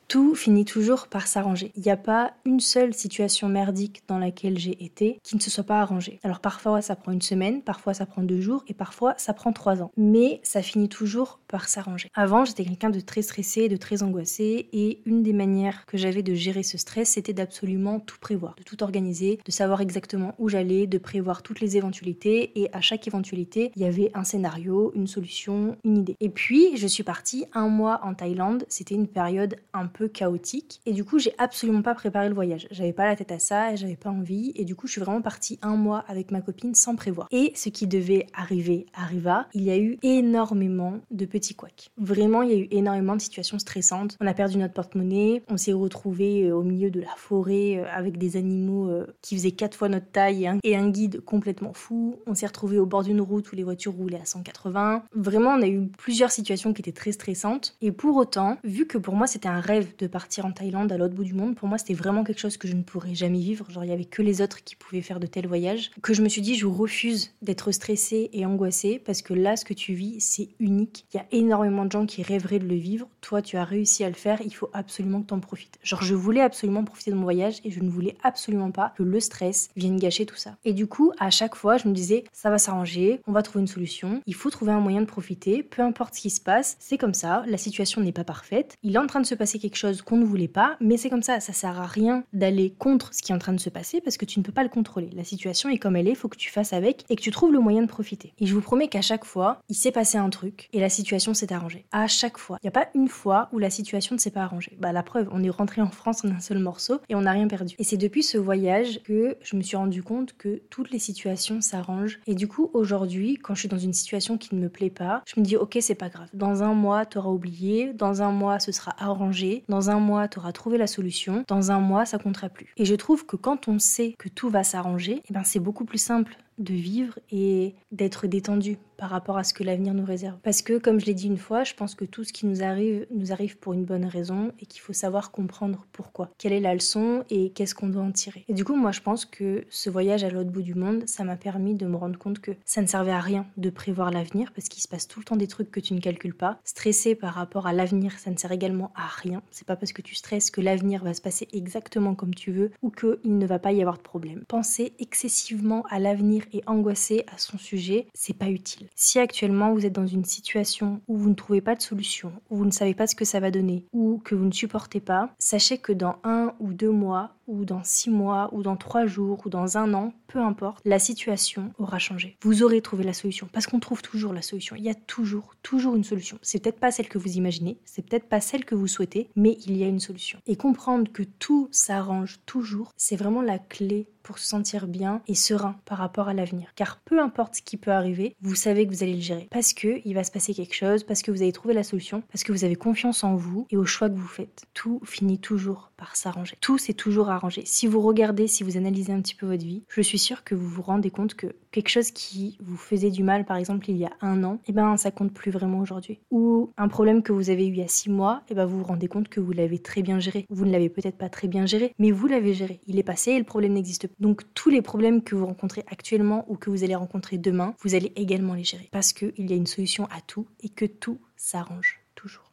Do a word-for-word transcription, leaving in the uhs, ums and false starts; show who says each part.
Speaker 1: Tout finit toujours par s'arranger. Il n'y a pas une seule situation merdique dans laquelle j'ai été qui ne se soit pas arrangée. Alors parfois ça prend une semaine, parfois ça prend deux jours et parfois ça prend trois ans. Mais ça finit toujours par s'arranger. Avant, j'étais quelqu'un de très stressé, de très angoissé et une des manières que j'avais de gérer ce stress, c'était d'absolument tout prévoir, de tout organiser, de savoir exactement où j'allais, de prévoir toutes les éventualités et à chaque éventualité, il y avait un scénario, une solution, une idée. Et puis, je suis partie un mois en Thaïlande. C'était une période un peu chaotique et du coup, j'ai absolument pas préparé le voyage. J'avais pas la tête à ça et j'avais pas envie et du coup, je suis vraiment partie un mois avec ma copine sans prévoir. Et ce qui devait arriver arriva. Il y a eu énormément de petits couacs. Vraiment, il y a eu énormément de situations stressantes. On a perdu notre porte-monnaie, on s'est retrouvés au milieu de la forêt avec des animaux qui faisaient quatre fois notre taille et un, et un guide complètement fou. On s'est retrouvés au bord d'une route où les voitures roulaient à cent quatre-vingts. Vraiment, on a eu plusieurs situations qui étaient très stressantes. Et pour autant, vu que pour moi, c'était un rêve de partir en Thaïlande, à l'autre bout du monde, pour moi, c'était vraiment quelque chose que je ne pourrais jamais vivre. Genre, il y avait que les autres qui pouvaient faire de tels voyages. Que je me suis dit, je refuse d'être stressée et angoissée parce que là, ce que tu vis, c'est unique. Il y a énormément de gens qui rêveraient de le vivre. Toi, tu as réussi à le faire. Il faut absolument que tu en profites. Genre, je voulais absolument profiter de mon voyage et je ne voulais absolument pas que le stress vienne gâcher tout ça. Et du coup, à chaque fois, je me disais, ça va s'arranger, on va trouver une solution. Il faut trouver un moyen de profiter. Peu importe ce qui se passe, c'est comme ça. La situation n'est pas parfaite. Il est en train de se passer quelque chose qu'on ne voulait pas, mais c'est comme ça. Ça sert à rien d'aller contre ce qui est en train de se passer parce que tu ne peux pas le contrôler. La situation est comme elle est, il faut que tu fasses avec et que tu trouves le moyen de profiter. Et je vous promets qu'à chaque fois, il s'est passé un truc et la situation s'est arrangée. À chaque fois. Il n'y a pas une fois où la situation ne s'est pas arrangée. Bah la preuve, on est rentré en France en un seul morceau et on n'a rien perdu. Et c'est depuis ce voyage que je me suis rendu compte que toutes les situations s'arrangent. Et du coup, aujourd'hui, quand je suis dans une situation qui ne me plaît pas, je me dis ok, c'est pas grave. Dans un mois, t'auras oublié. Dans un mois, ce sera arrangé. Dans un mois, t'auras trouvé la solution. Dans un mois, ça comptera plus. Et je trouve que quand on sait que tout va s'arranger, eh ben c'est beaucoup plus simple de vivre et d'être détendu par rapport à ce que l'avenir nous réserve. Parce que, comme je l'ai dit une fois, je pense que tout ce qui nous arrive, nous arrive pour une bonne raison et qu'il faut savoir comprendre pourquoi. Quelle est la leçon et qu'est-ce qu'on doit en tirer. Et du coup, moi, je pense que ce voyage à l'autre bout du monde, ça m'a permis de me rendre compte que ça ne servait à rien de prévoir l'avenir parce qu'il se passe tout le temps des trucs que tu ne calcules pas. Stresser par rapport à l'avenir, ça ne sert également à rien. C'est pas parce que tu stresses que l'avenir va se passer exactement comme tu veux ou qu'il ne va pas y avoir de problème. Penser excessivement à l'avenir et angoissé à son sujet, c'est pas utile. Si actuellement vous êtes dans une situation où vous ne trouvez pas de solution, où vous ne savez pas ce que ça va donner, ou que vous ne supportez pas, sachez que dans un ou deux mois, ou dans six mois, ou dans trois jours, ou dans un an, peu importe, la situation aura changé. Vous aurez trouvé la solution, parce qu'on trouve toujours la solution. Il y a toujours, toujours une solution. C'est peut-être pas celle que vous imaginez, c'est peut-être pas celle que vous souhaitez, mais il y a une solution. Et comprendre que tout s'arrange toujours, c'est vraiment la clé pour se sentir bien et serein par rapport à l'avenir. Car peu importe ce qui peut arriver, vous savez que vous allez le gérer. Parce que il va se passer quelque chose, parce que vous avez trouvé la solution, parce que vous avez confiance en vous et au choix que vous faites. Tout finit toujours par s'arranger. Tout s'est toujours arrangé. Si vous regardez, si vous analysez un petit peu votre vie, je suis sûre que vous vous rendez compte que quelque chose qui vous faisait du mal, par exemple, il y a un an, eh ben, ça compte plus vraiment aujourd'hui. Ou un problème que vous avez eu il y a six mois, eh ben, vous vous rendez compte que vous l'avez très bien géré. Vous ne l'avez peut-être pas très bien géré, mais vous l'avez géré. Il est passé et le problème n'existe plus. Donc, tous les problèmes que vous rencontrez actuellement ou que vous allez rencontrer demain, vous allez également les gérer. Parce qu'il y a une solution à tout et que tout s'arrange toujours.